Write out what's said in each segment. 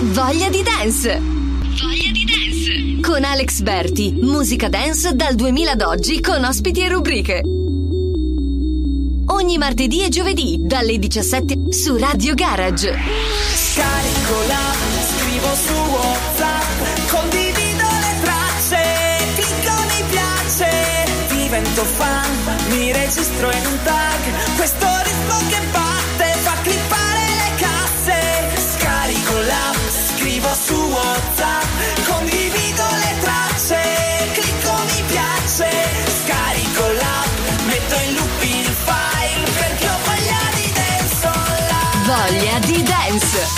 Voglia di Dance. Voglia di Dance. Con Alex Berti, musica dance dal 2000 ad oggi con ospiti e rubriche. Ogni martedì e giovedì dalle 17 su Radio Garage. Scarico l'app, scrivo su WhatsApp, condivido le tracce, clicco mi piace, divento fan, mi registro in un tag, questo ritmo che batte fa clippare le casse. Scarico l'app, scrivo su WhatsApp, condivido le tracce, clicco mi piace, scarico l'app, metto in loop il file perché ho voglia di dance online. Voglia di Dance.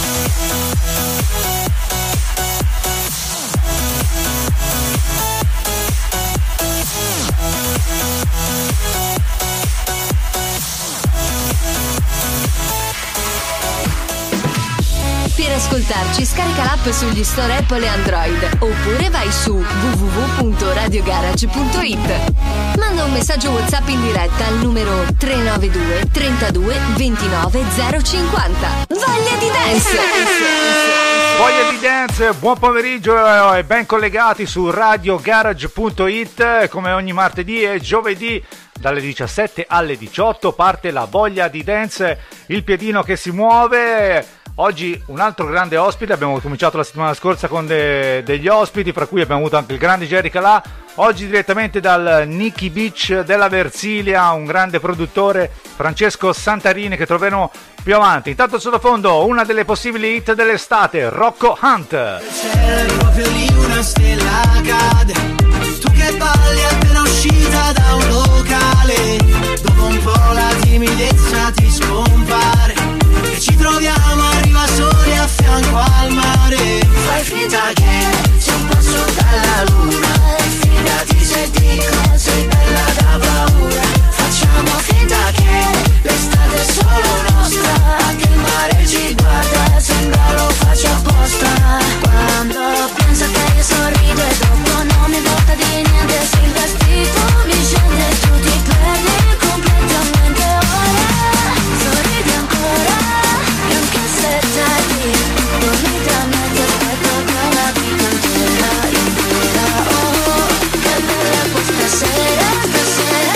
Per ascoltarci scarica l'app sugli store Apple e Android oppure vai su www.radiogarage.it. Manda un messaggio WhatsApp in diretta al numero 392 32 29 050. Voglia di Dance! Voglia di Dance, buon pomeriggio e ben collegati su radiogarage.it. Come ogni martedì e giovedì dalle 17 alle 18 parte la Voglia di Dance, il piedino che si muove. Oggi un altro grande ospite, abbiamo cominciato la settimana scorsa con degli ospiti, fra cui abbiamo avuto anche il grande Jerry Calà. Oggi direttamente dal Nicky Beach della Versilia, un grande produttore, Francesco Santarini, che troveremo più avanti. Intanto sottofondo una delle possibili hit dell'estate, Rocco Hunt. C'è proprio lì una stella cade, tu che balli appena uscita da un locale, dopo un po' la timidezza ti scompare e ci troviamo a Riva Soli a fianco al mare. Fai finta che sei un passo dalla luna e fidati se dico sei bella da paura. Facciamo finta che l'estate è solo nostra, anche il mare ci guarda, sembra lo faccia apposta. Quando pensa che io sorrido e dopo non mi importa di niente, se il vestito mi scende e tu ti perdi completamente. Ora sorridi ancora e anche se tardi dormi tra me, ti aspetto per una vita intera, intera. Oh, che bella questa sera, stasera,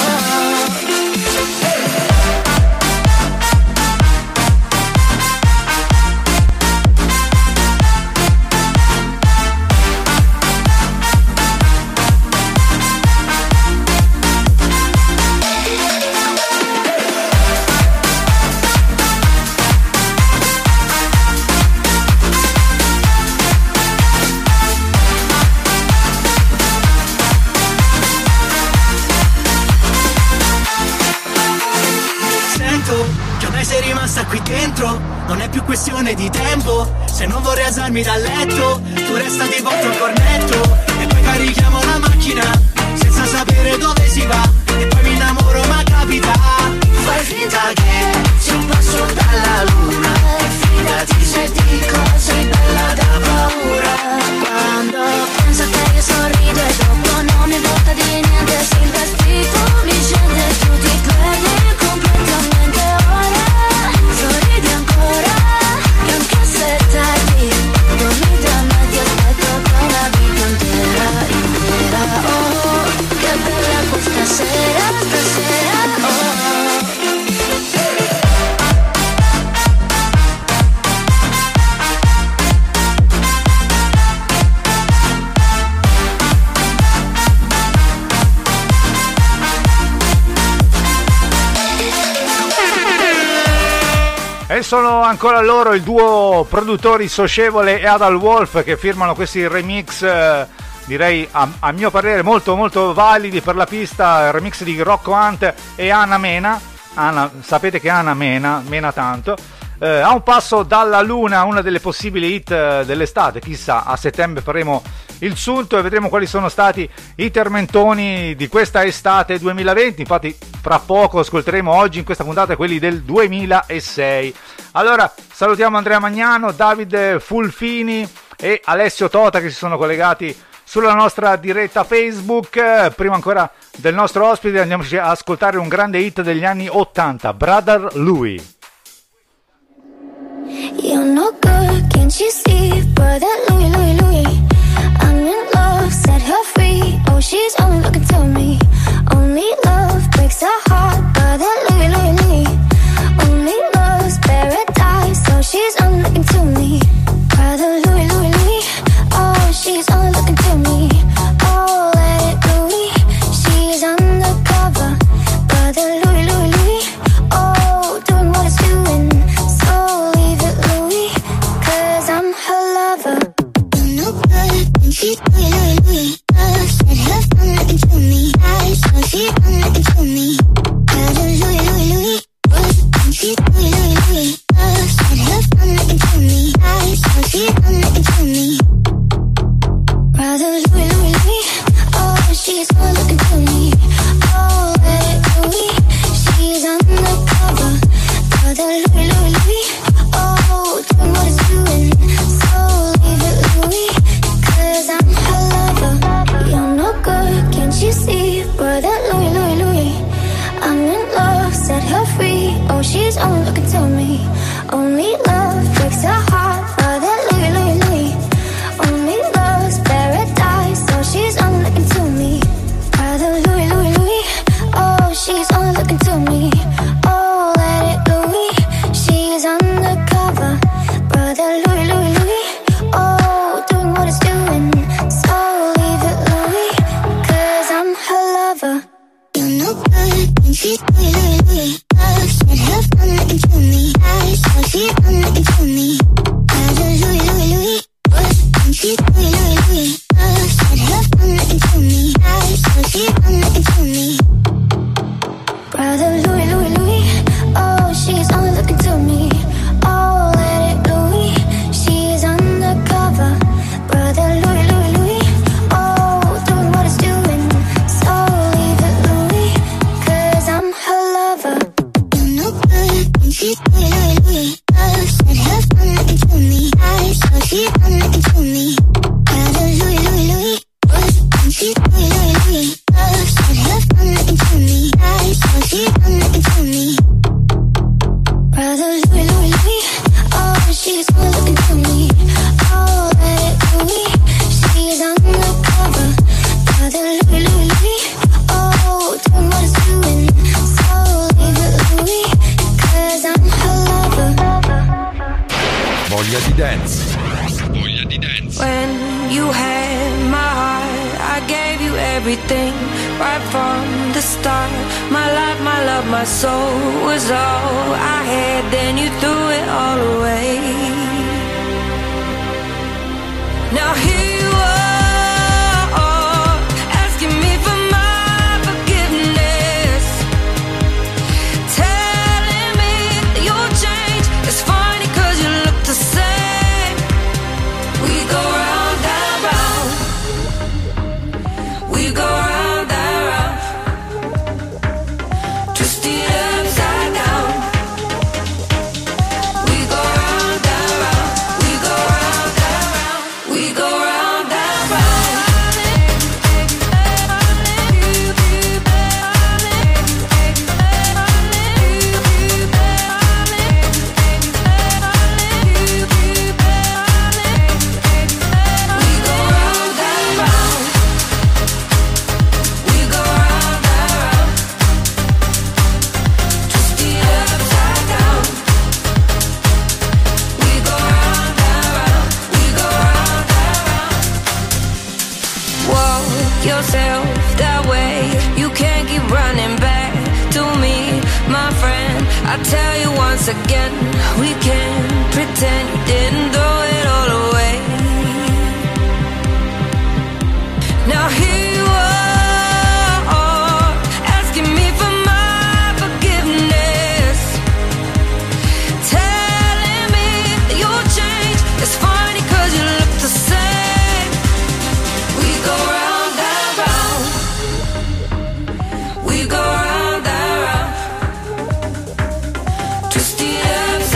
sei rimasta qui dentro, non è più questione di tempo. Se non vorrei alzarmi dal letto, tu resta di volta al cornetto e poi carichiamo la macchina senza sapere dove si va e poi mi innamoro ma capita. Fai finta che sei un passo dalla luna e fidati se dico sei bella da paura. Quando pensa che io sorrido e dopo non mi importa di niente, se il vestito mi scende e tu ti perdi completamente. Ora sorridi ancora e anche se tardi dormi da me, ti aspetto per una vita intera, intera. Oh, che bella questa sera, stasera, oh. E sono ancora loro, il duo produttori Socievole e Adal Wolf, che firmano questi remix, direi a mio parere molto molto validi per la pista. Il remix di Rocco Hunt e Ana Mena. Sapete che Ana mena tanto. A un passo dalla luna, una delle possibili hit dell'estate. Chissà, a settembre faremo il sunto e vedremo quali sono stati i tormentoni di questa estate 2020. Infatti fra poco ascolteremo oggi in questa puntata quelli del 2006. Allora salutiamo Andrea Magnano, Davide Fulfini e Alessio Tota che si sono collegati sulla nostra diretta Facebook. Prima ancora del nostro ospite andiamoci a ascoltare un grande hit degli anni 80, Brother Louie. You're no good, can't you brother Louis, Louis, Louis. I'm in love, set her free. Oh, she's only looking to me. Only love breaks her heart, brother Louis, Louis, Louis. Only love's paradise, so she's only looking to me. Brother Louis, Louis, Louis. Oh, she's only looking to me. Oh, let it Louis. She's undercover, brother Louis, Louis, Louis. Oh, doing what it's doing, so leave it Louis, 'cause I'm her lover. You're no good, and she's Louis, Louis, Louis. Said her fun looking to me, so she's fun looking to me. Brother Louis, Louis, Louis. And she's Louis, Louis, Louis. Said her fun looking to me, so she's fun looking to me. Brother Louis, Louis, Louis. Oh, she's fun looking to me. Oh, let it Louis. She's undercover. Brother Louis, Louis, Louis. Oh, doing what it's doing, so leave it Louis, 'cause I'm her lover. You're no good, can't you see? Brother Louis, Louis, Louis. I'm in love, set her free. Oh, she's only looking to me. Only love breaks her heart. Brother Louis, Louis, Louis. Only love's paradise, so she's only looking to me. Brother Louis, Louis, Louis. Oh, she's only looking to me. Oh, let it Louis. She's undercover. Brother Louis, Louis, Louis. Oh, doing what it's doing, so leave it Louis, 'cause I'm her lover. You're no good, and she's Louis, Louis, Louis. Said her fun looking to me, so she's fun looking to me. Brother Louis, Louis, Louis. And she's Louis, Louis, Louis. Said her fun looking to me, so she's fun looking to me. Brother Louis, Louis, Louis. Oh, she's only looking to me. Oh, let it Louis. She's undercover. Brother Louis, Louis, Louis. Oh, doing what it's doing, so leave it Louis, 'cause I'm her lover. You're no good, and she's Louis, Louis, Louis. Said her fun looking to me, so she's fun looking to me. Brother Louis, Louis, Louis. And she's Louis, Louis, Louis. Said her fun looking to me, so she's fun looking to me. Brother Louis, Louis, Louis. Oh, she's fun looking to me. Oh, let it Louis. She's undercover. Brother Louis, Louis, Louis. Oh, doing what it's doing, so leave it Louis, 'cause I'm her lover. Voglia di dance. When you had my heart, I gave you everything right from the start. My life, my love, my soul was all I had. Then you threw it all away. Now here you are, asking me for my forgiveness, telling me that you'll change. It's funny 'cause you look the same. We go round and round. We go round and round. Twisted upside down. We go round and round. We go round and round. We go round and round. We go round and round. We go round and round. Twisted upside down. We go round and round. We go round and round. Walk yourself that way. You can't keep running back to me, my friend. I tell you once again, we can't pretend you didn't throw it all away. Now here you are, asking me for my forgiveness, telling me that you'll change. It's funny 'cause you look the same. We go round and round. We go round and round. Twisted upside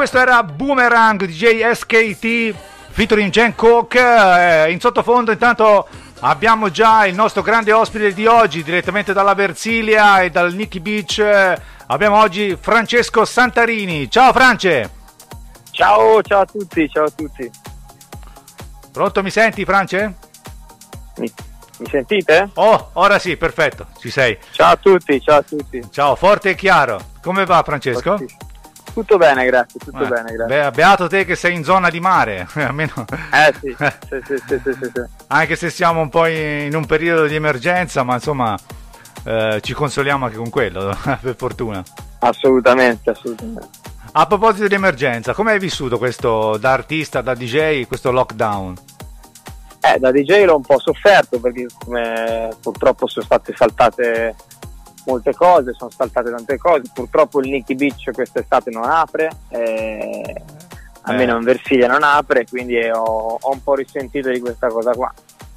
questo era Boomerang DJ SKT featuring Jen Cook. In sottofondo intanto abbiamo già il nostro grande ospite di oggi, direttamente dalla Versilia e dal Nikki Beach. Abbiamo oggi Francesco Santarini. Ciao France! Ciao a tutti, ciao a tutti. Pronto, mi senti France? Mi sentite? Oh, ora sì, perfetto, ci sei. Ciao a tutti, ciao a tutti. Ciao, forte e chiaro. Come va Francesco? Fortissimo. Tutto bene, grazie, tutto bene, grazie. Beato te che sei in zona di mare, almeno. Sì. Anche se siamo un po' in un periodo di emergenza, ma insomma ci consoliamo anche con quello, per fortuna. Assolutamente. A proposito di emergenza, come hai vissuto questo, da artista, da DJ, questo lockdown? Da DJ l'ho un po' sofferto perché come purtroppo sono state saltate molte cose, sono saltate tante cose. Purtroppo il Nikki Beach quest'estate non apre, almeno in Versilia non apre, quindi ho un po' risentito di questa cosa qua.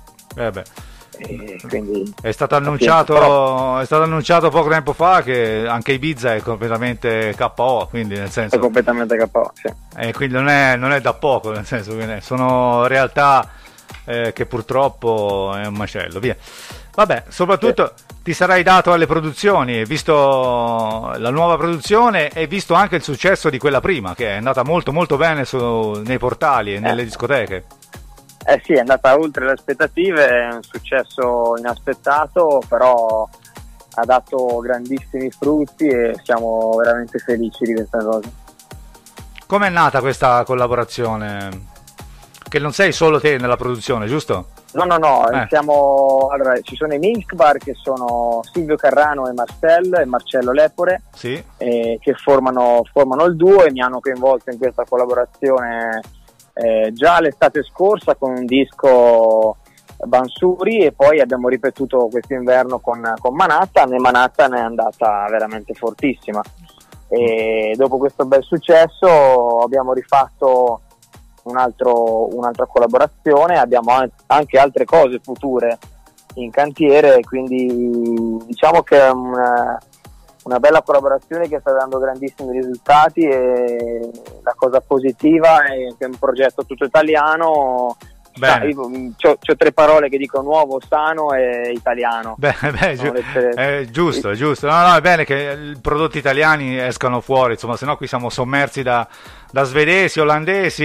Quindi è stato annunciato poco tempo fa che anche Ibiza è completamente KO, quindi nel senso è completamente KO, sì. Quindi non è da poco, nel senso che sono realtà che purtroppo è un macello, via. Vabbè, soprattutto ti sarai dato alle produzioni, visto la nuova produzione e visto anche il successo di quella prima, che è andata molto molto bene nei portali e nelle discoteche. Sì, è andata oltre le aspettative, è un successo inaspettato, però ha dato grandissimi frutti e siamo veramente felici di questa cosa. Com'è nata questa collaborazione? Che non sei solo te nella produzione, giusto? No, allora, ci sono i Milk Bar che sono Silvio Carrano e Marcello Lepore, sì. Che formano il duo e mi hanno coinvolto in questa collaborazione già l'estate scorsa con un disco Bansuri e poi abbiamo ripetuto quest'inverno con Manhattan e Manhattan è andata veramente fortissima e dopo questo bel successo abbiamo rifatto un'altra collaborazione, abbiamo anche altre cose future in cantiere, quindi diciamo che è una bella collaborazione che sta dando grandissimi risultati e la cosa positiva è che è un progetto tutto italiano. C'ho 3 parole che dico: nuovo, sano e italiano. È giusto. No, è bene che i prodotti italiani escano fuori, insomma, sennò qui siamo sommersi da svedesi, olandesi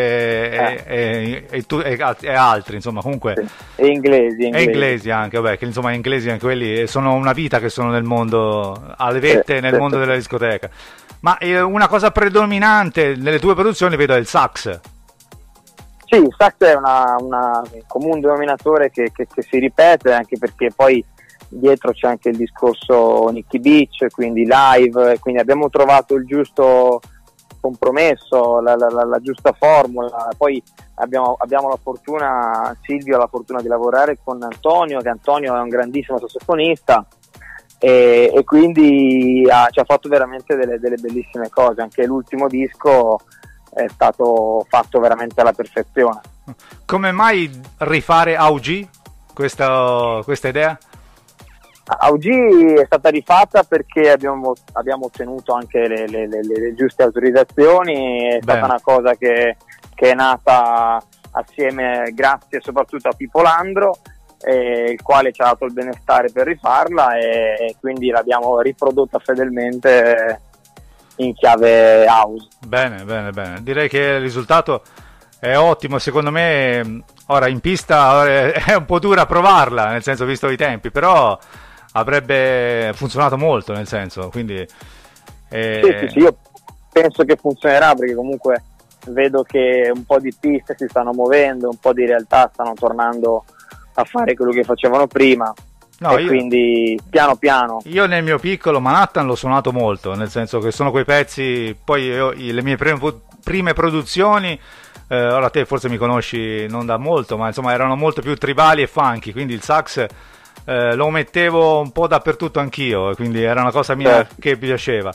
e altri, insomma, comunque. Sì. E inglesi anche, vabbè, che insomma inglesi anche quelli sono una vita che sono nel mondo, alle vette nel mondo della discoteca. Ma una cosa predominante nelle tue produzioni vedo è il sax. Sì, il sax è una comune denominatore che si ripete, anche perché poi dietro c'è anche il discorso Nikki Beach, quindi live, quindi abbiamo trovato il giusto compromesso, la giusta formula. Poi abbiamo la fortuna, Silvio ha la fortuna di lavorare con Antonio, che Antonio è un grandissimo sassofonista e quindi ci ha fatto veramente delle bellissime cose. Anche l'ultimo disco è stato fatto veramente alla perfezione. Come mai rifare AUG questa idea? AUG è stata rifatta perché abbiamo ottenuto anche le giuste autorizzazioni, è stata una cosa che è nata assieme grazie soprattutto a Pippo Landro, il quale ci ha dato il benestare per rifarla e quindi l'abbiamo riprodotta fedelmente in chiave house. Bene, direi che il risultato è ottimo, secondo me. Ora in pista è un po' dura provarla, nel senso, visto i tempi, però avrebbe funzionato molto, nel senso, quindi sì, io penso che funzionerà, perché comunque vedo che un po' di piste si stanno muovendo, un po' di realtà stanno tornando a fare quello che facevano prima. Quindi piano piano. Io nel mio piccolo Manhattan l'ho suonato molto, nel senso che sono quei pezzi, poi le mie prime produzioni, ora te forse mi conosci non da molto, ma insomma erano molto più tribali e funky, quindi il sax lo mettevo un po' dappertutto anch'io, quindi era una cosa mia che piaceva.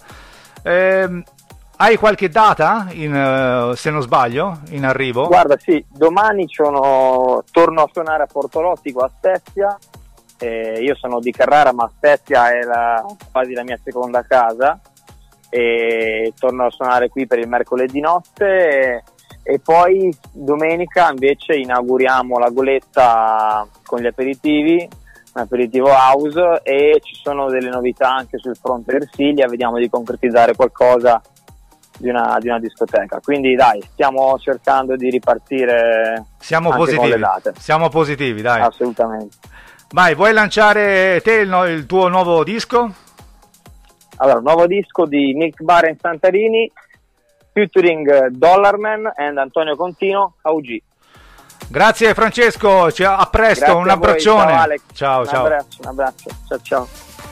Hai qualche data, se non sbaglio, in arrivo? Guarda, sì, domani torno a suonare a Portolottico a Spezia. Io sono di Carrara, ma Spezia è quasi la mia seconda casa e torno a suonare qui per il mercoledì notte e poi domenica invece inauguriamo la Goletta con gli aperitivi, un aperitivo house, e ci sono delle novità anche sul fronte Ersilia, vediamo di concretizzare qualcosa di una discoteca, quindi dai, stiamo cercando di ripartire. Siamo anche positivi, con le date. Siamo positivi, dai. Assolutamente. Vai, vuoi lanciare te il tuo nuovo disco? Allora, nuovo disco di Nick Barr and Santarini featuring Dollarman and Antonio Contino, AUG. Grazie Francesco, a presto. Grazie, un abbraccione. Ciao Alex. Ciao, un abbraccio, ciao.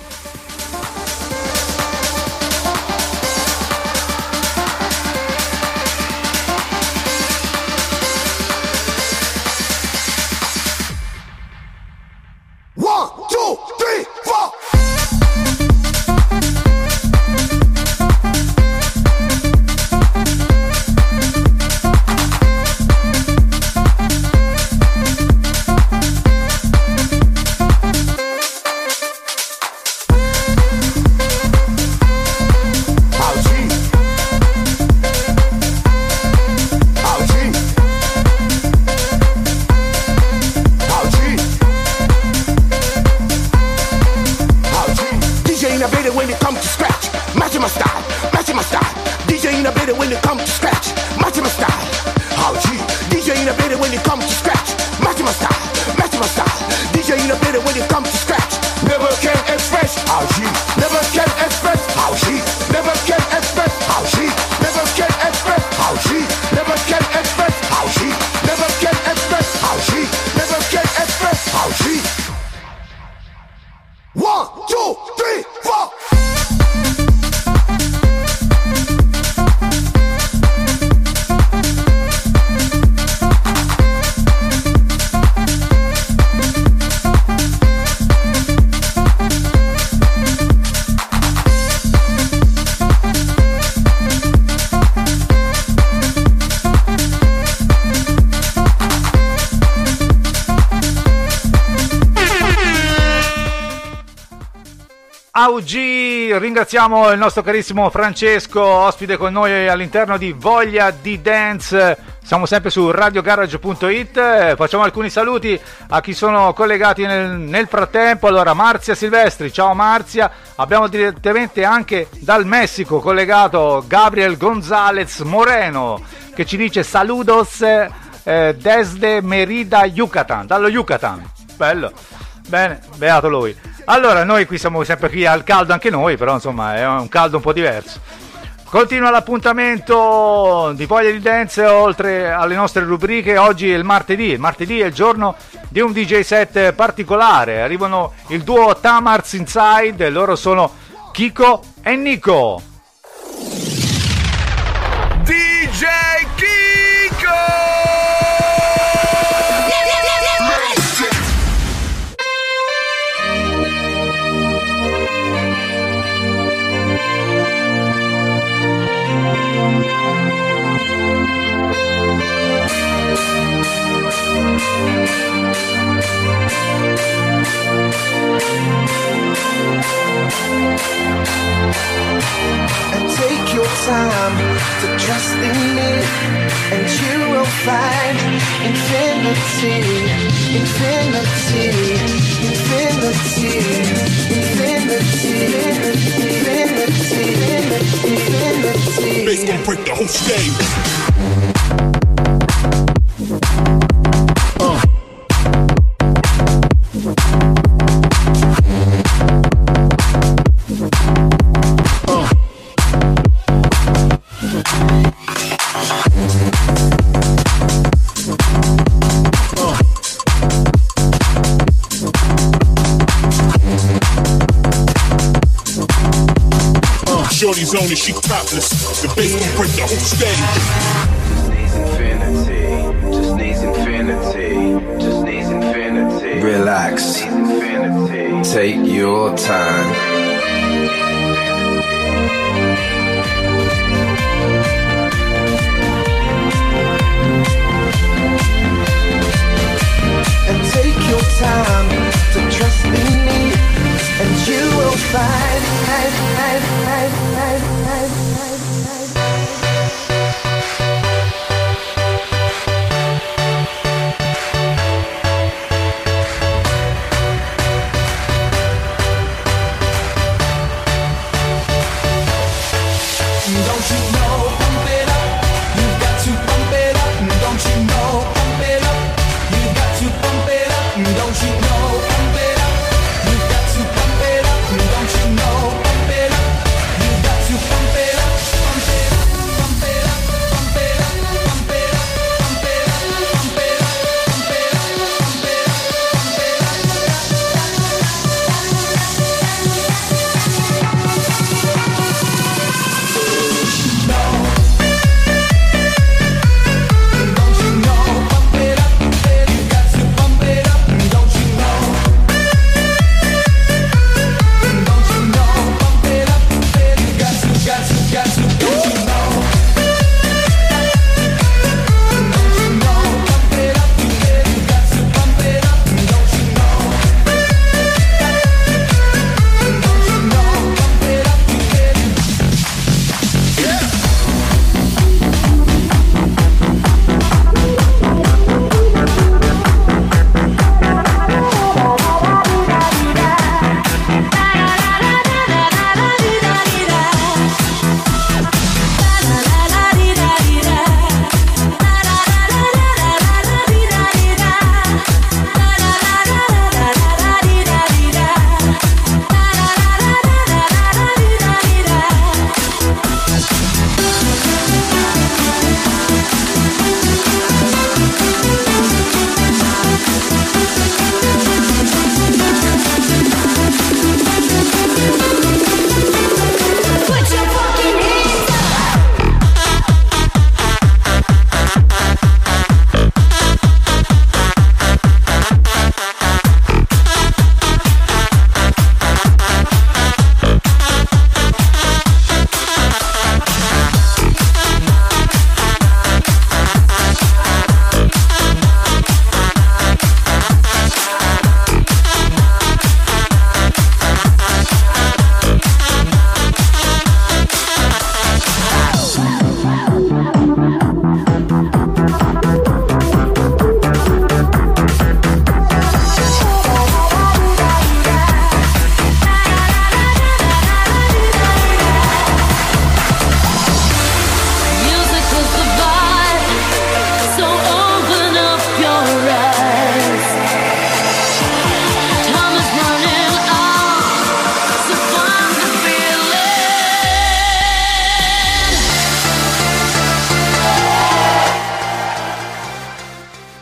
AUG, ringraziamo il nostro carissimo Francesco, ospite con noi all'interno di Voglia di Dance. Siamo sempre su radiogarage.it. Facciamo alcuni saluti a chi sono collegati nel frattempo. Allora, Marzia Silvestri, ciao Marzia. Abbiamo direttamente anche dal Messico collegato Gabriel González Moreno, che ci dice saludos desde Mérida, Yucatan, dallo Yucatan. Bello, bene, beato lui. Allora, noi qui siamo sempre qui al caldo anche noi, però insomma è un caldo un po' diverso. Continua l'appuntamento di Voglia di Dance, oltre alle nostre rubriche. Oggi è il martedì. Il martedì è il giorno di un DJ set particolare. Arrivano il duo Tamars Inside, loro sono Kiko e Nico. DJ Kiko! And take your time to trust in me, and you will find infinity, infinity, infinity, infinity, infinity, infinity. Bass gon' break the whole stage. Shorty's on it, she topless. The bass gon' break the whole stage. Just needs infinity. Just needs infinity. Relax. Infinity. Take your time. And take your time to trust in me, and you will find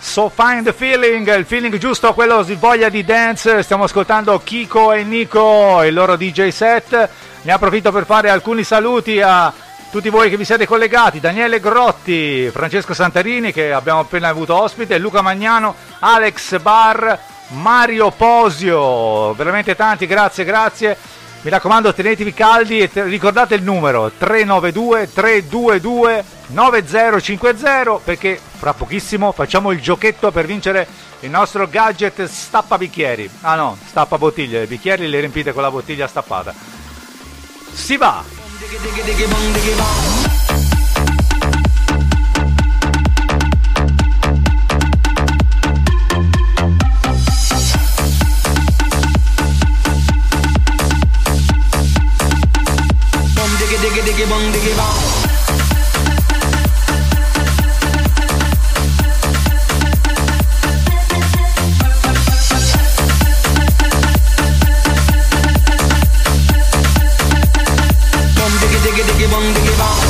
So Find the Feeling, il feeling giusto, quello di voglia di dance. Stiamo ascoltando Kiko e Nico e il loro DJ set. Ne approfitto per fare alcuni saluti a tutti voi che vi siete collegati: Daniele Grotti, Francesco Santarini che abbiamo appena avuto ospite, Luca Magnano, Alex Bar, Mario Posio, veramente tanti, grazie. Mi raccomando, tenetevi caldi e ricordate il numero 392 322 9050, perché fra pochissimo facciamo il giochetto per vincere il nostro gadget stappa bicchieri. Ah no, stappa bottiglie, i bicchieri li riempite con la bottiglia stappata. Si va! Diggy bong diggy bong. Bong diggy bong diggy bong.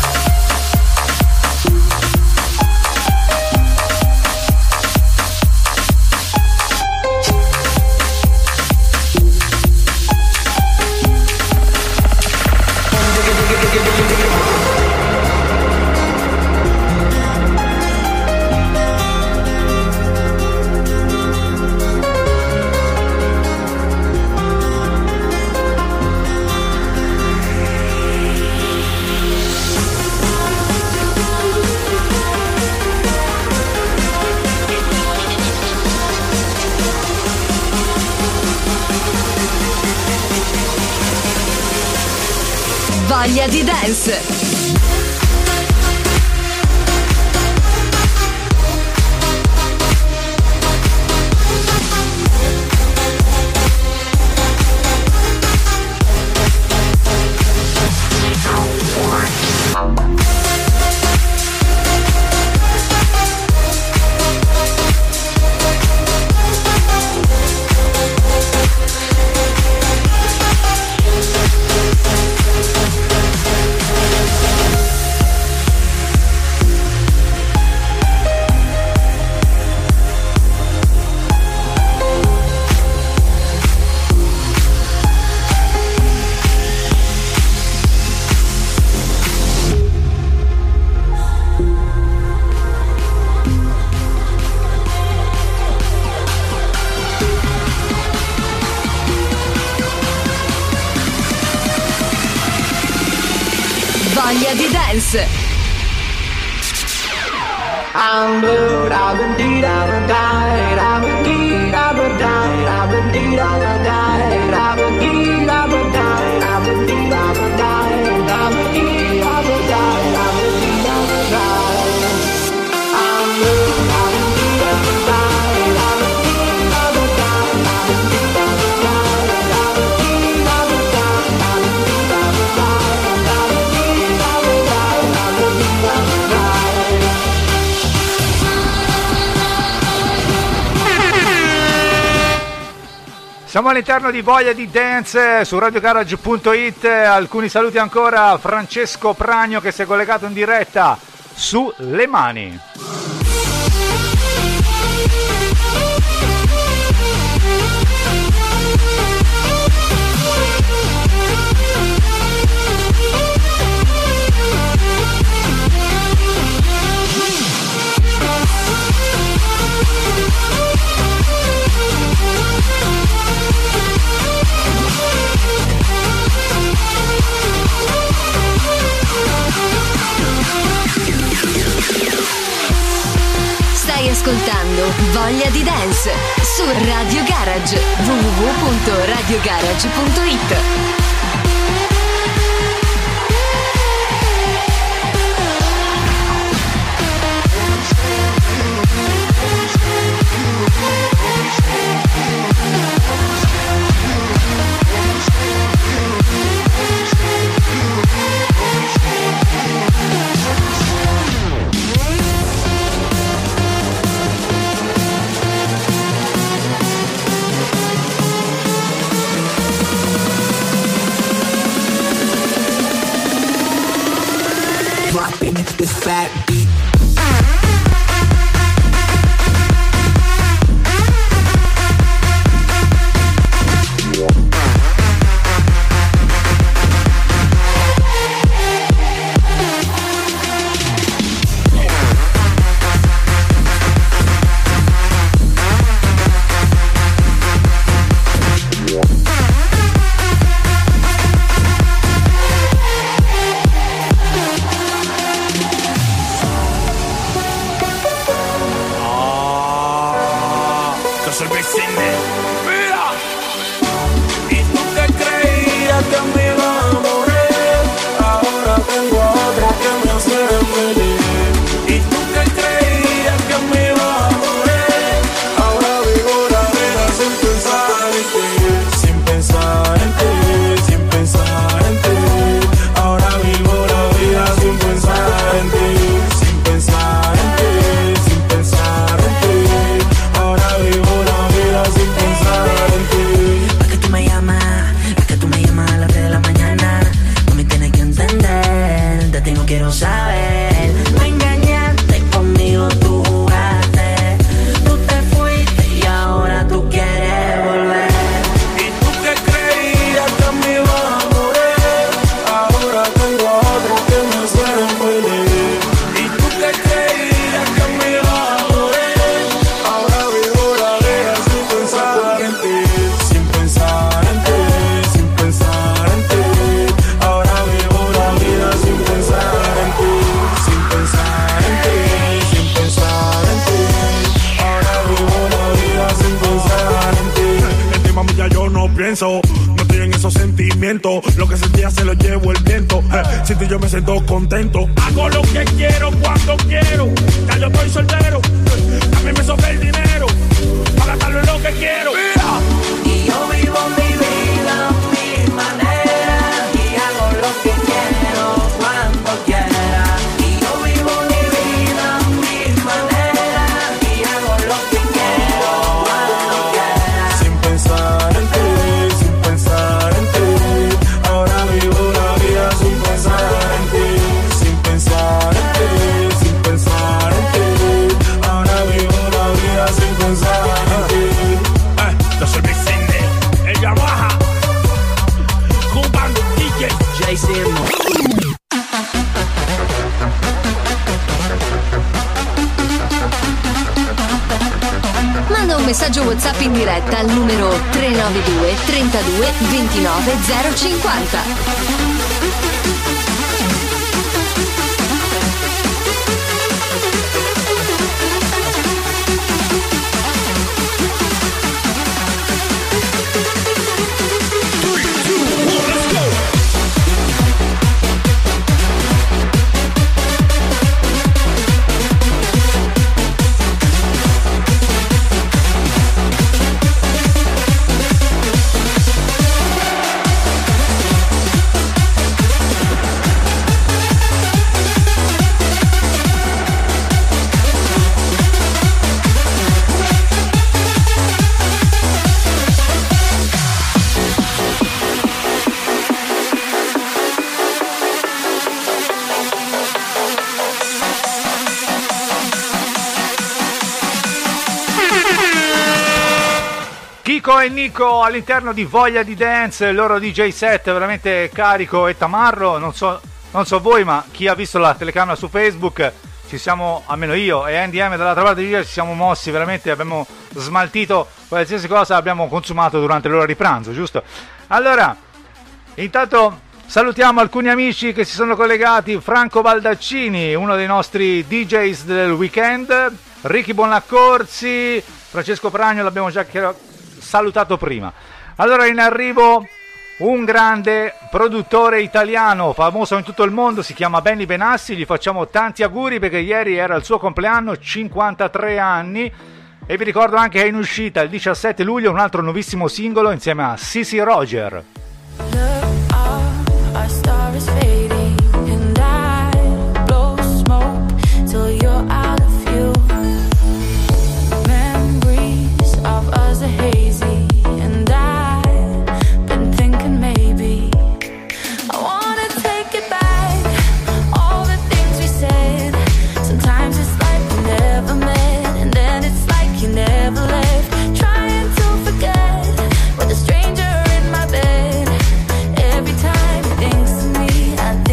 Voglia di dance. Voglia di dance. I'm blue, I've been deed, I've been died, I've been deed, I've been died, I've been deed, I've been died, I've been deed, I've been died, I've been deed, I've been died, I've been deed, I've been died, I've been deed, I've been died. I'm blue, I've been deed, I've been died, I've been deed, I've been died, I've been deed, I've been died, I've been deed, I've been died, I've been deed, I've been died, I've been deed, I've been died, I've been deed, I've been died. Siamo all'interno di Voglia di Dance su radiogarage.it. Alcuni saluti ancora a Francesco Pragno che si è collegato in diretta su Le Mani. Stai ascoltando Voglia di Dance su Radio Garage, www.radiogarage.it. soy Big Cindy. Mira. ¿Y tú qué creías que me iba a morir? Ahora tengo a otra que me hace feliz. ¿Y tú qué creías que me iba a morir? Ahora vivo la vida sin pensar en ti, sin pensar en ti, sin pensar en ti. Ahora vivo la vida sin pensar en ti, sin pensar en ti, sin pensar en ti. Ahora vivo la vida sin pensar en ti. ¿Para qué tú me llamas? ¿Para qué tú me llamas a las 3 de la mañana? No me tienes que entender, de ti no quiero saber. Me engañaste conmigo, tú jugaste, tú te fuiste y ahora tú quieres volver. ¿Y tú qué creías que me iba a morir? Ahora tengo a otro que me hace feliz. ¿Y tú qué creías que me iba a morir? Ahora vivo la vida sin pensar en ti, sin pensar en ti, sin pensar en ti. Ahora vivo la vida sin pensar en ti, sin pensar en ti, sin pensar en ti. Ahora vivo la vida sin pensar en ti. En ti, mami, ya yo no pienso, no estoy en esos sentimientos. Lo que sentía se lo llevo el viento. Sin ti yo me siento contento. Hago lo que quiero cuando quiero. Ya yo estoy soltero. También me sobra el dinero para gastarlo en lo que quiero. Y yo vivo mi vida a mi manera y hago lo que quiero cuando quiera. Y yo vivo mi vida a mi manera y hago lo que quiero cuando quiera. Sin pensar en ti, sin pensar en ti. Ahora vivo la vida sin pensar en ti, sin pensar en ti, sin pensar en ti. Ahora vivo la vida sin pensar en ti. Yo soy Big Cindy, el Yamaha, Cubano DJ, JC. Manda un messaggio WhatsApp in diretta al numero 392 32 29 050. Kiko e Nico all'interno di Voglia di Dance, il loro DJ set veramente carico e tamarro. Non so voi, ma chi ha visto la telecamera su Facebook, ci siamo, almeno io e Andy M dall'altra parte di ci siamo mossi, veramente abbiamo smaltito qualsiasi cosa abbiamo consumato durante l'ora di pranzo, giusto? Allora, intanto salutiamo alcuni amici che si sono collegati. Franco Baldaccini, uno dei nostri DJs del weekend, Ricky Bonaccorsi, Francesco Pragno, l'abbiamo già salutato prima. Allora, in arrivo un grande produttore italiano famoso in tutto il mondo, si chiama Benny Benassi. Gli facciamo tanti auguri perché ieri era il suo compleanno, 53 anni, e vi ricordo anche che è in uscita il 17 luglio un altro nuovissimo singolo insieme a Sissy Roger. Stranger in my bed, every time he thinks of me, I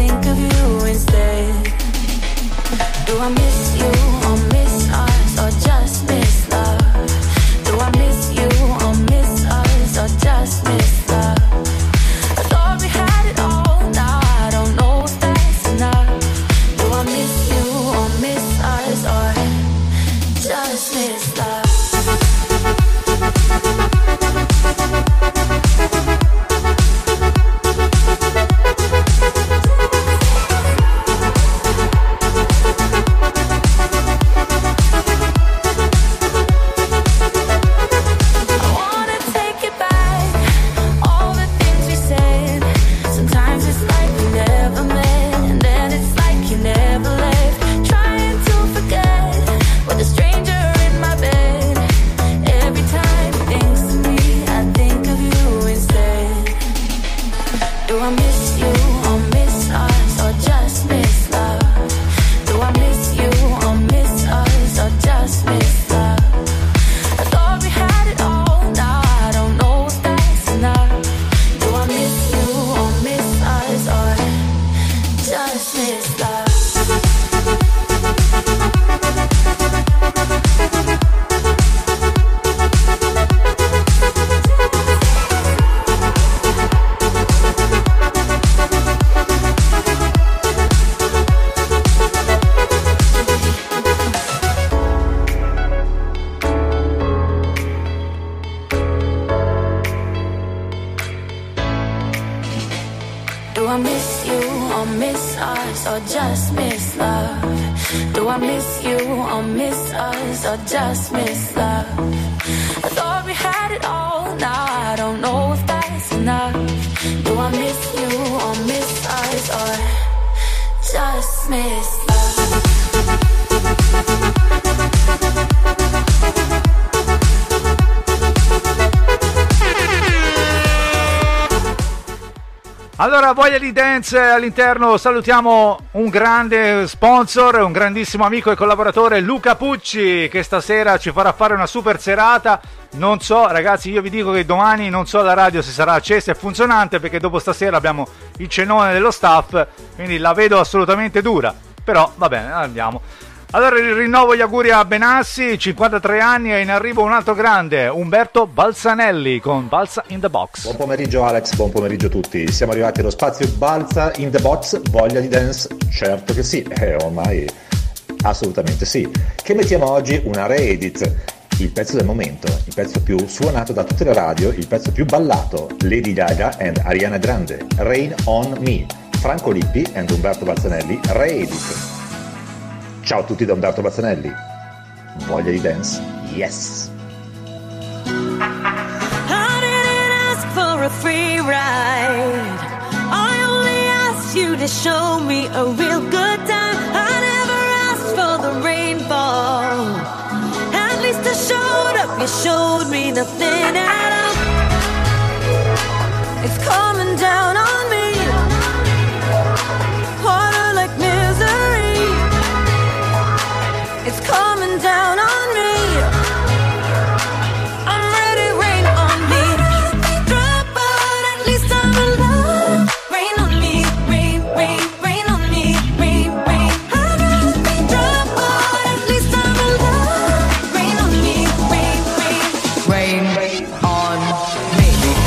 I miss you or miss us or just miss love? Do I miss you or miss us or just miss love? I thought we had it all, now I don't know if that's enough. Do I miss you or miss us or just miss love? Allora, Voglia di Dance all'interno, salutiamo un grande sponsor, un grandissimo amico e collaboratore, Luca Pucci, che stasera ci farà fare una super serata. Non so, ragazzi, io vi dico che domani non so la radio se sarà accesa e funzionante, perché dopo stasera abbiamo il cenone dello staff, quindi la vedo assolutamente dura, però va bene, andiamo. Allora rinnovo gli auguri a Benassi, 53 anni, e in arrivo un altro grande, Umberto Balzanelli con Balza in the Box. Buon pomeriggio Alex, buon pomeriggio a tutti. Siamo arrivati allo spazio Balza in the Box, Voglia di Dance? Certo che sì, ormai assolutamente sì. Che mettiamo oggi? Una re-edit, il pezzo del momento, il pezzo più suonato da tutte le radio, il pezzo più ballato, Lady Gaga and Ariana Grande, Rain on Me, Franco Lippi and Umberto Balzanelli, re-edit. Ciao a tutti da Umberto Balzanelli. Voglia di dance? Yes! I didn't ask for a free ride. I only asked you to show me a real good time. I never asked for the rainfall. At least I showed up, you showed me nothing at all. It's coming down on me. Water like misery. It's coming down on me. I'm ready, rain on me. Drop, but at least I'm alive. Rain on me, rain, rain, rain on me, rain, rain. I'd rather be drop, but at least I'm alive. Rain on me, rain, rain, rain, rain on me.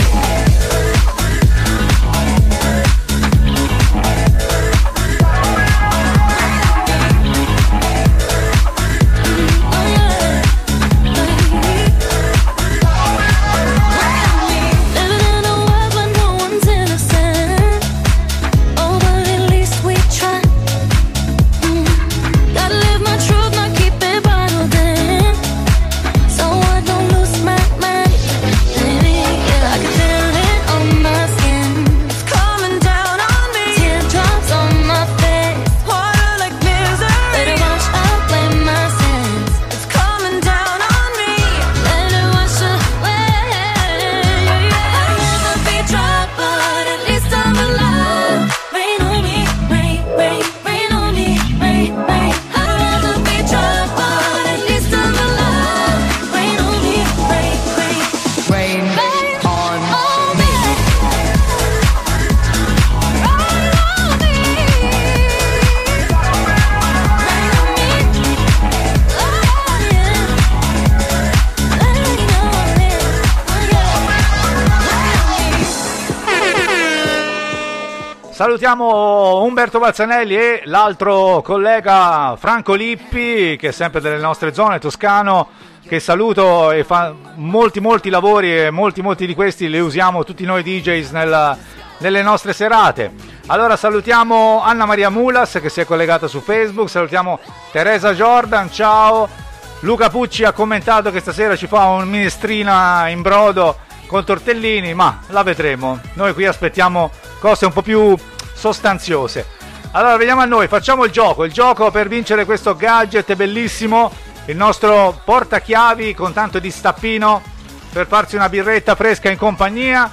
Salutiamo Umberto Balzanelli e l'altro collega Franco Lippi, che è sempre delle nostre zone, toscano, che saluto e fa molti lavori, e molti di questi li usiamo tutti noi DJs nelle nostre serate. Allora salutiamo Anna Maria Mulas, che si è collegata su Facebook, salutiamo Teresa Jordan, ciao. Luca Pucci ha commentato che stasera ci fa un minestrina in brodo con tortellini, ma la vedremo. Noi qui aspettiamo cose un po' più sostanziose. Allora veniamo a noi, facciamo il gioco per vincere questo gadget bellissimo, il nostro portachiavi con tanto di stappino per farsi una birretta fresca in compagnia.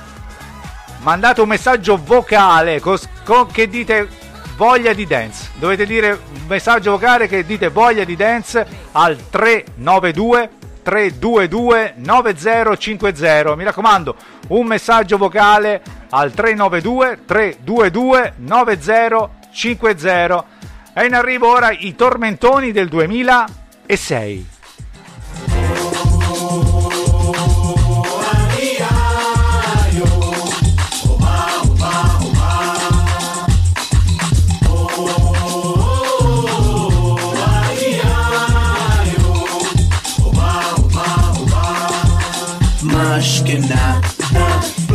Mandate un messaggio vocale che dite voglia di dance, dovete dire un messaggio vocale che dite voglia di dance al 392 322 9050. Mi raccomando, un messaggio vocale al 392 322 9050. È in arrivo ora i tormentoni del 2006.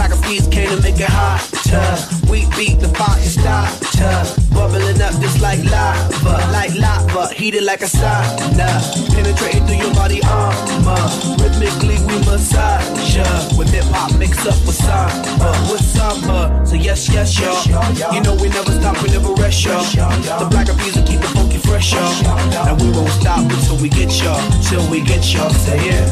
Black Eyed Peas came to make it hot. We beat the fire stop. Bubbling up just like lava, heated like a sauna. Penetrating through your body armor. Rhythmically we massage ya. With hip hop mixed up with samba. So yes, y'all. You know we never stop, we never rest, y'all. The Black Eyed Peas will keep it funky fresh, y'all. And we won't stop until we get y'all. Till we get y'all. Say yeah.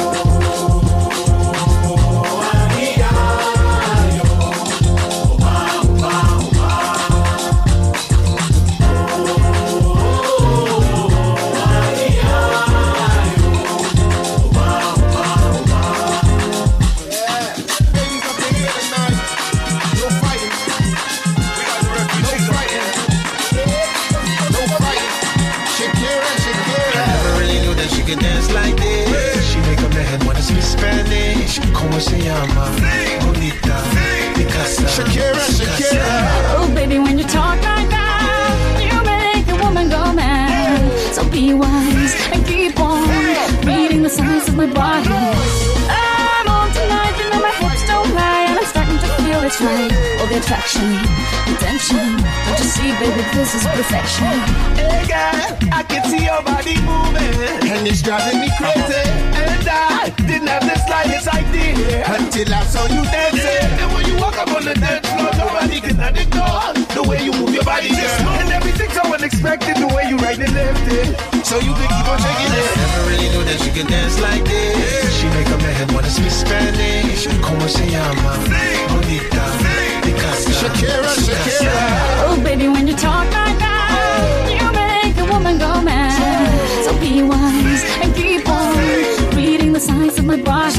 ¿Cómo se llama? Bonita, Picasa. Shakira. Oh, baby, when you talk like that, you make a woman go mad. So be wise and keep on reading the signs of my body. I'm on tonight, you know my hips don't lie, and I'm starting to feel it's right. All the attraction, intention. Don't you see, baby, this is perfection. Hey, girl, I can see your body moving, and it's driving me crazy. And I didn't have the slightest idea until I saw you dancing. And when you walk up on the dance floor, nobody can ignore the way you move your body, girl. And everything's so unexpected, the way you right and left it. So you can keep on shaking it. Never really knew that she could dance like this. She make a man wanna speak Spanish. ¿Cómo se llama? Bonita, Picasa. Shakira. Oh, baby, when you talk like that, you make a woman go mad. So be wise and keep on reading the signs of my body.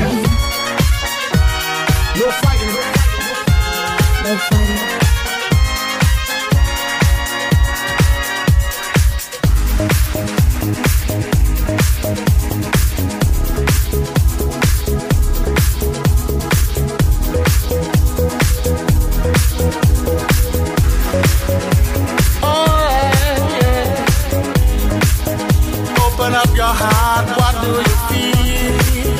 No fighting. No fighting. Open up your heart, what do you feel?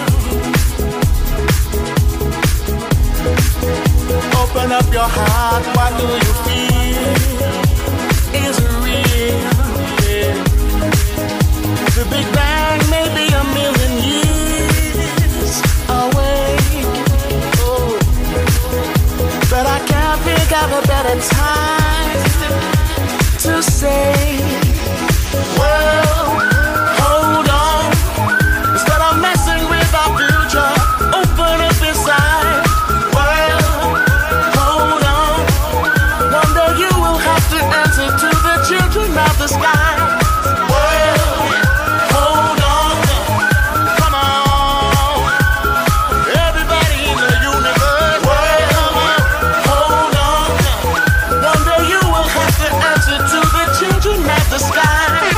Open up your heart, what do you feel? Is it real? Yeah. The Big Bang may be a million years away. Oh. But I can't think of a better time to say, well, hold on. Instead of messing with our future, open up inside. Well, hold on. One day you will have to answer to the children of the sky. Well, hold on. Come on. Everybody in the universe. Well, hold on. One day you will have to answer to the children of the sky.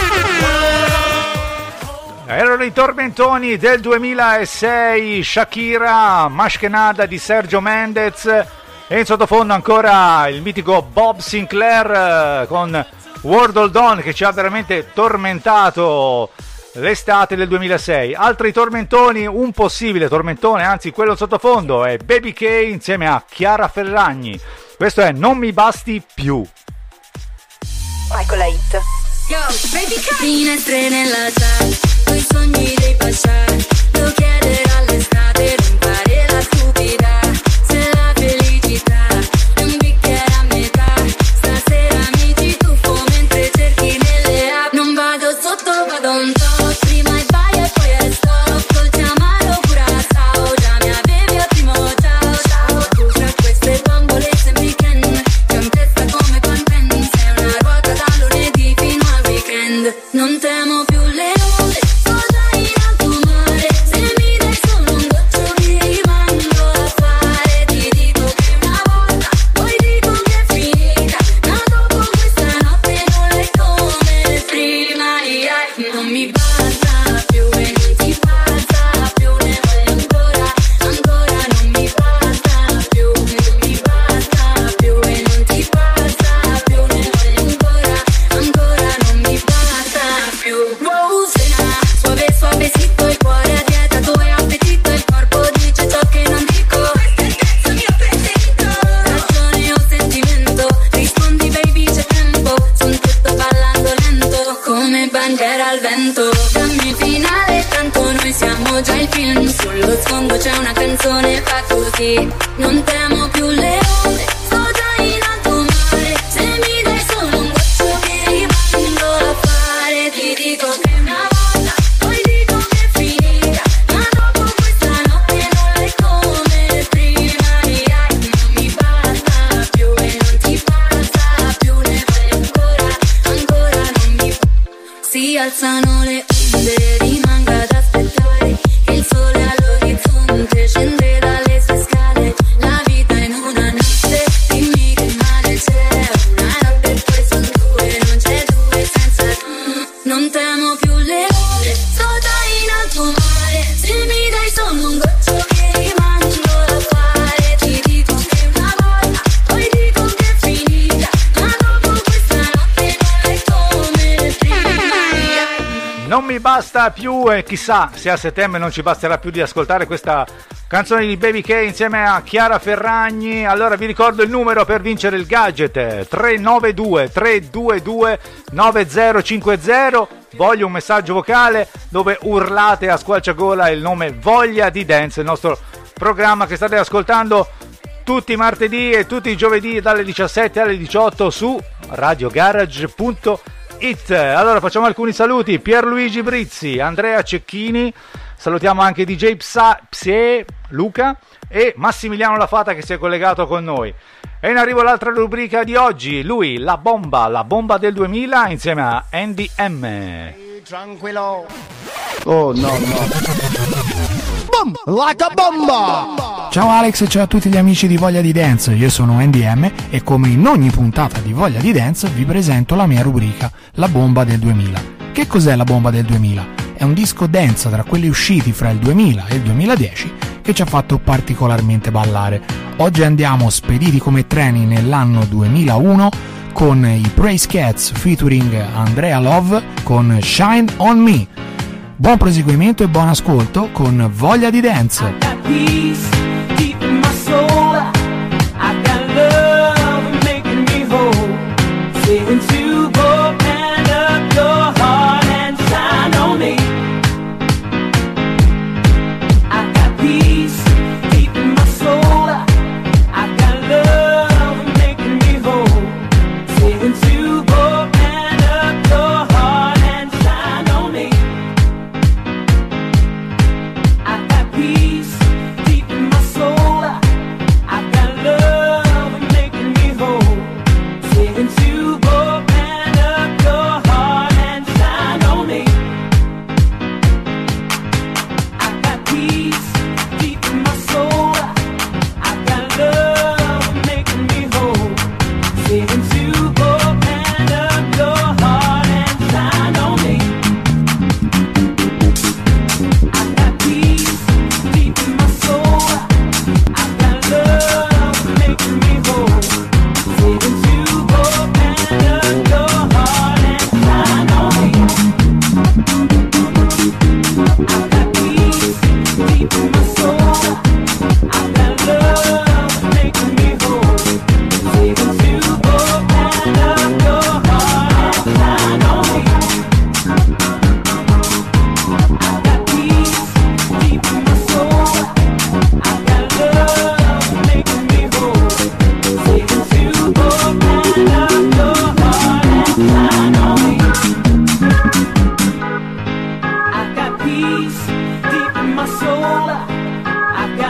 Erano i tormentoni del 2006, Shakira, Mashkenada di Sergio Mendez, e in sottofondo ancora il mitico Bob Sinclair con World Hold On, che ci ha veramente tormentato l'estate del 2006. Altri tormentoni, un possibile tormentone, anzi quello in sottofondo, è Baby K insieme a Chiara Ferragni. Questo è Non mi basti più. Vai con la hit. Yo, baby K. Finestre nella chat, coi sogni dei passati. Lo chiederò all'estate, non fare la stupida. Se la felicità è un bicchiere a metà. Stasera mi ci tuffo mentre cerchi nelle app. Non vado sotto, vado un top. Prima il vai e poi è stop. Dolce amaro curaçao. Già mi avevi ottimo, ciao ciao. Tu fra queste bambole sembri Ken. C'ho in testa come Pantene. Sei una ruota da lunedì fino al weekend. Non temo più le ore, sola in alto mare. Se mi dai film, sullo sfondo c'è una canzone, fa così. Non temo più le onde, sto già in alto mare. Se mi dai solo un goccio che rimando a fare, ti dico che una volta, poi dico che è finita. Ma dopo questa notte non è come prima. Non mi basta più e non ti basta più. Ne vai ancora, ancora non mi. Si alzano le onde, rimanga ad aspettare che il sole all'orizzonte scende dalle sue scale. La vita in una notte, dimmi che male c'è. Una notte e poi son due, non c'è due senza non temo più le onde, sto già in alto mare. Se mi dai solo un goccio che rimangio da fare, ti dico che una volta, poi dico che è finita. Ma dopo questa notte non è come prima. Non mi basta più, e chissà se a settembre non ci basterà più di ascoltare questa canzone di Baby K insieme a Chiara Ferragni. Allora vi ricordo il numero per vincere il gadget: 392 322 9050. Voglio un messaggio vocale dove urlate a squarciagola il nome Voglia di Dance, il nostro programma che state ascoltando tutti i martedì e tutti i giovedì dalle 17 alle 18 su radiogarage.it. Allora facciamo alcuni saluti: Pierluigi Brizzi, Andrea Cecchini, salutiamo anche DJ Psie, Luca e Massimiliano Lafata che si è collegato con noi. E in arrivo l'altra rubrica di oggi, lui, la bomba del 2000 insieme a Andy M. Tranquillo. Oh no. Boom, like a bomba. Ciao Alex e ciao a tutti gli amici di Voglia di Dance, io sono Andy M e come in ogni puntata di Voglia di Dance vi presento la mia rubrica, la bomba del 2000. Che cos'è la bomba del 2000? È un disco dance tra quelli usciti fra il 2000 e il 2010 che ci ha fatto particolarmente ballare. Oggi andiamo spediti come treni nell'anno 2001 con i Praise Cats featuring Andrea Love con Shine On Me. Buon proseguimento e buon ascolto con Voglia di Dance. Peace deep in my soul. I got love making me whole. Saying to go and up your heart and shine on me. I got peace deep in my soul. I got love making me whole. Saying to go and up your heart and shine on me. I got peace deep in my soul. I got love making me whole. Saying to go and up your heart and shine on me. I got peace deep in my soul. I got love making me whole. Saying to go and up your heart and shine on me. I got peace deep in my soul. I got love making me whole. Saying to go and up your heart and shine on me. I got peace deep in my soul. I got love making me whole. Saying to go and up your heart and shine on me. I got peace deep in my soul. I got love making me whole. Saying to go and up your heart and shine on me. I got peace deep in my soul. I got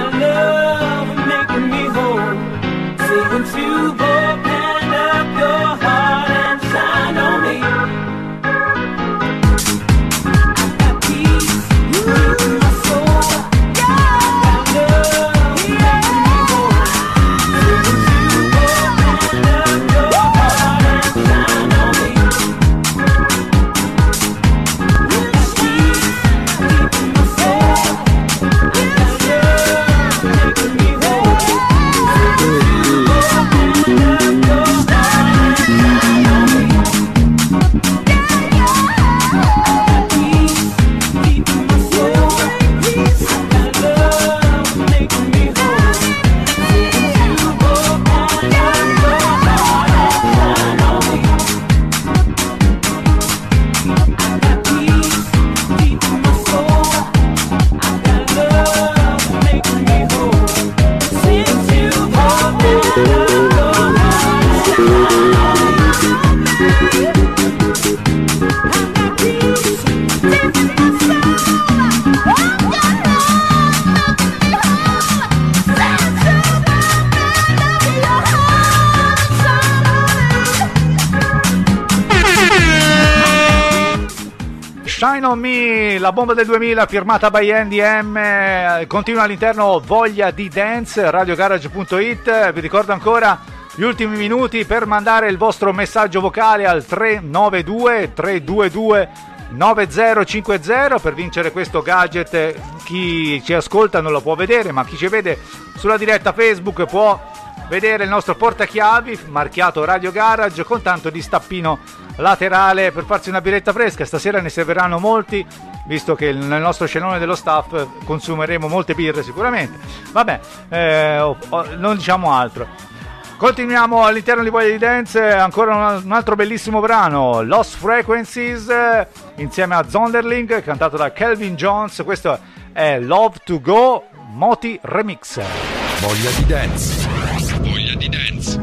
Shine on Me, la bomba del 2000 firmata by NDM, continua all'interno Voglia di Dance, radiogarage.it. Vi ricordo ancora gli ultimi minuti per mandare il vostro messaggio vocale al 392 322 9050 per vincere questo gadget. Chi ci ascolta non lo può vedere, ma chi ci vede sulla diretta Facebook può vedere il nostro portachiavi marchiato Radio Garage con tanto di stappino laterale per farsi una biretta fresca. Stasera ne serviranno molti, visto che nel nostro cenone dello staff consumeremo molte birre sicuramente. Vabbè, non diciamo altro. Continuiamo all'interno di Voglia di Dance, ancora un altro bellissimo brano, Lost Frequencies, insieme a Zonderling, cantato da Calvin Jones. Questo è Love to Go Moti Remix. Voglia di Dance. Voglia di Dance.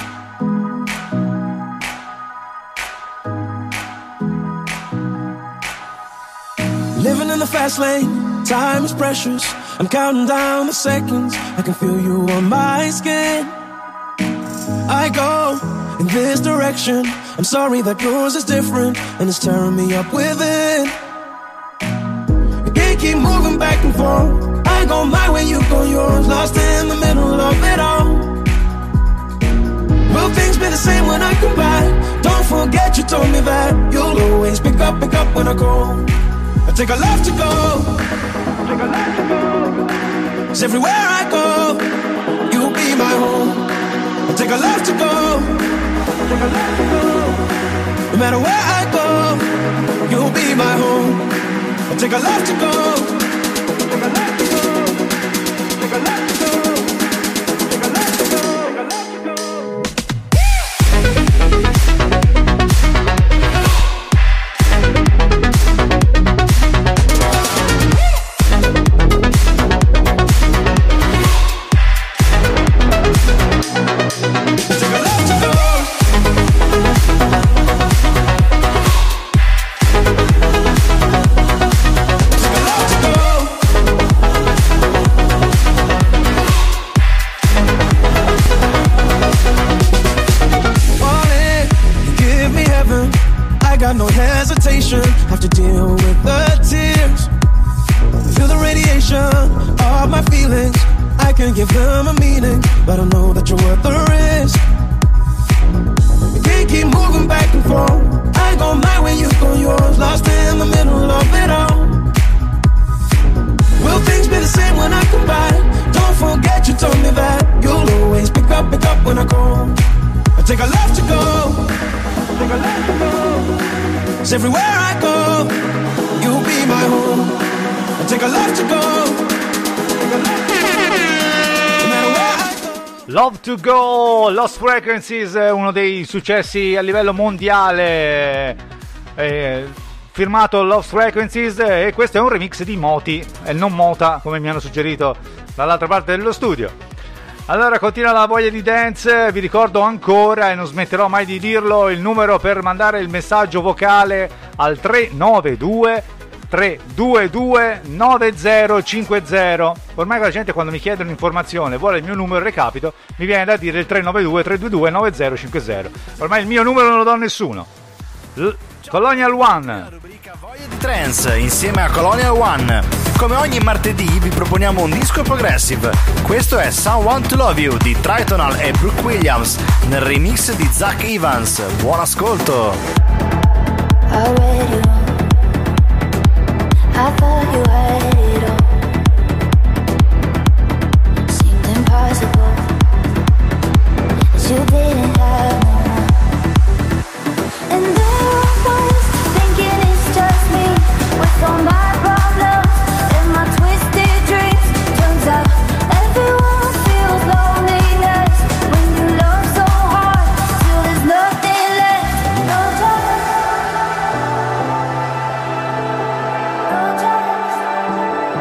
Living in the fast lane, time is precious. I'm counting down the seconds, I can feel you on my skin. I go in this direction, I'm sorry that yours is different, and it's tearing me up within. I can't keep moving back and forth, I go my way, you go yours, lost in the middle of it all. Will things be the same when I come back? Don't forget you told me that you'll always pick up when I call. I take a left to go, take a left to go. 'Cause everywhere I go, you'll be my home. I take a left to go, take a left to go. No matter where I go, you'll be my home. I take a left to go, take a left to go, take a left to go, take a left to go, take a left to go. No hesitation, have to deal with the tears. Feel the radiation of my feelings. I can give them a meaning, but I know that you're worth the risk. We can't keep moving back and forth. I go my way, you go yours, lost in the middle of it all. Will things be the same when I come back? Don't forget you told me that you'll always pick up when I call. I take a left to go, take a left to go. 'Cause everywhere I go, you'll be my home. I take a left to go, take a left to go. No matter where I go. Love to Go, Lost Frequencies, uno dei successi a livello mondiale, firmato Lost Frequencies, e questo è un remix di Moti e non Mota, come mi hanno suggerito dall'altra parte dello studio. Allora continua la Voglia di Dance, vi ricordo ancora e non smetterò mai di dirlo il numero per mandare il messaggio vocale al 392 322 9050. Ormai la gente quando mi chiede un'informazione vuole il mio numero recapito, mi viene da dire il 392 322 9050. Ormai il mio numero non lo do a nessuno. Colonial One, Voglia di Trance insieme a Colonial One. Come ogni martedì vi proponiamo un disco progressive. Questo è Someone to Love You di Tritonal e Brooke Williams nel remix di Zach Evans. Buon ascolto. I thought you had it all. Seemed impossible that you didn't have more. And there I was thinking it's just me with all my problems and my twisted dreams. Turns out everyone feels loneliness when you love so hard till there's nothing left. No time.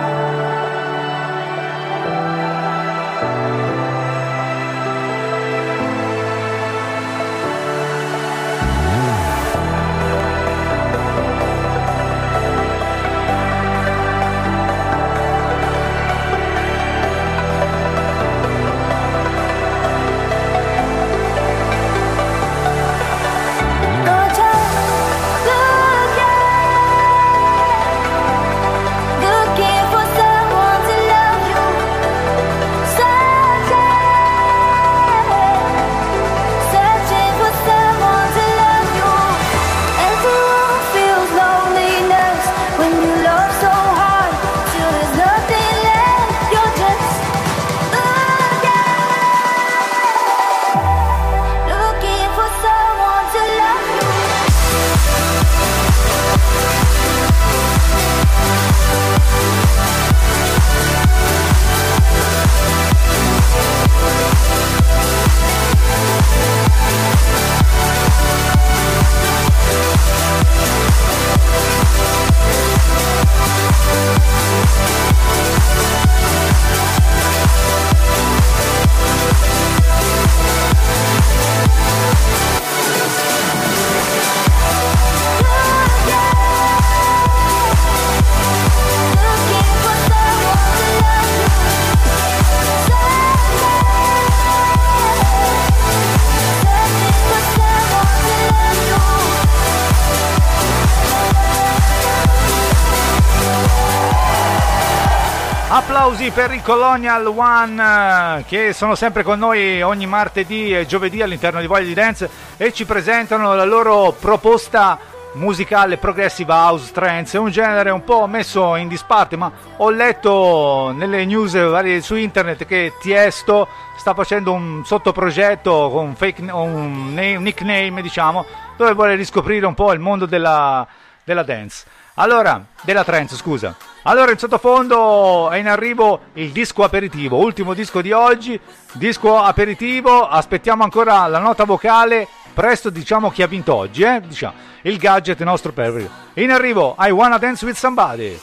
applausi per i Colonial One che sono sempre con noi ogni martedì e giovedì all'interno di Voglia di Dance e ci presentano la loro proposta musicale progressive house trance. È un genere un po' messo in disparte, ma ho letto nelle news varie su internet che Tiesto sta facendo un sottoprogetto con un nickname, diciamo, dove vuole riscoprire un po' il mondo della dance. Allora, della trance, scusa. Allora, in sottofondo è in arrivo il disco aperitivo, ultimo disco di oggi, disco aperitivo, aspettiamo ancora la nota vocale, presto diciamo chi ha vinto oggi, diciamo, il gadget nostro preferito. In arrivo, I Wanna Dance With Somebody.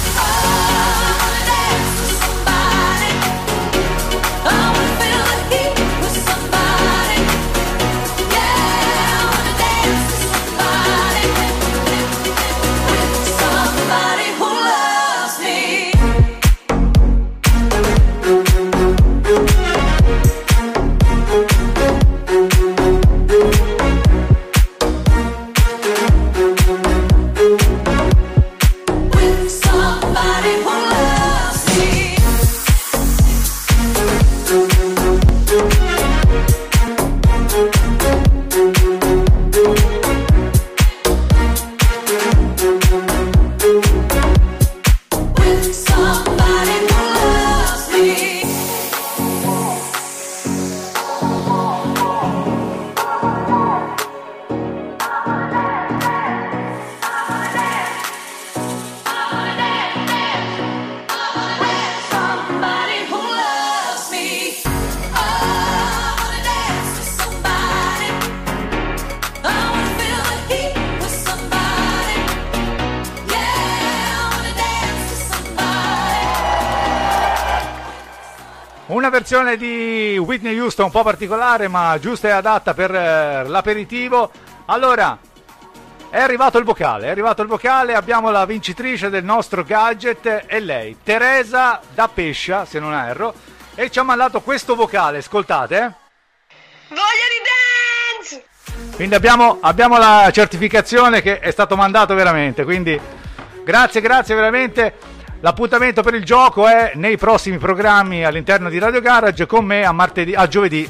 Una versione di Whitney Houston un po' particolare, ma giusta e adatta per l'aperitivo. Allora, è arrivato il vocale, abbiamo la vincitrice del nostro gadget, è lei, Teresa da Pescia, se non erro, e ci ha mandato questo vocale, ascoltate. Voglia di dance! Quindi abbiamo la certificazione che è stato mandato veramente, quindi grazie veramente. L'appuntamento per il gioco è nei prossimi programmi all'interno di Radio Garage con me giovedì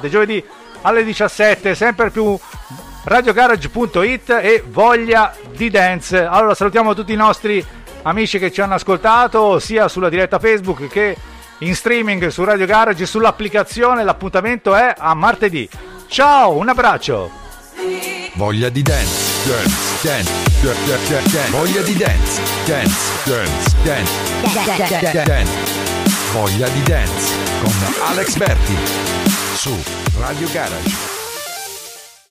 alle 17, sempre più radiogarage.it e Voglia di Dance. Allora salutiamo tutti i nostri amici che ci hanno ascoltato sia sulla diretta Facebook che in streaming su Radio Garage, sull'applicazione. L'appuntamento è a martedì. Ciao, un abbraccio. Voglia di dance, dance, voglia di dance, dance. Voglia di dance con Alex Berti su Radio Garage.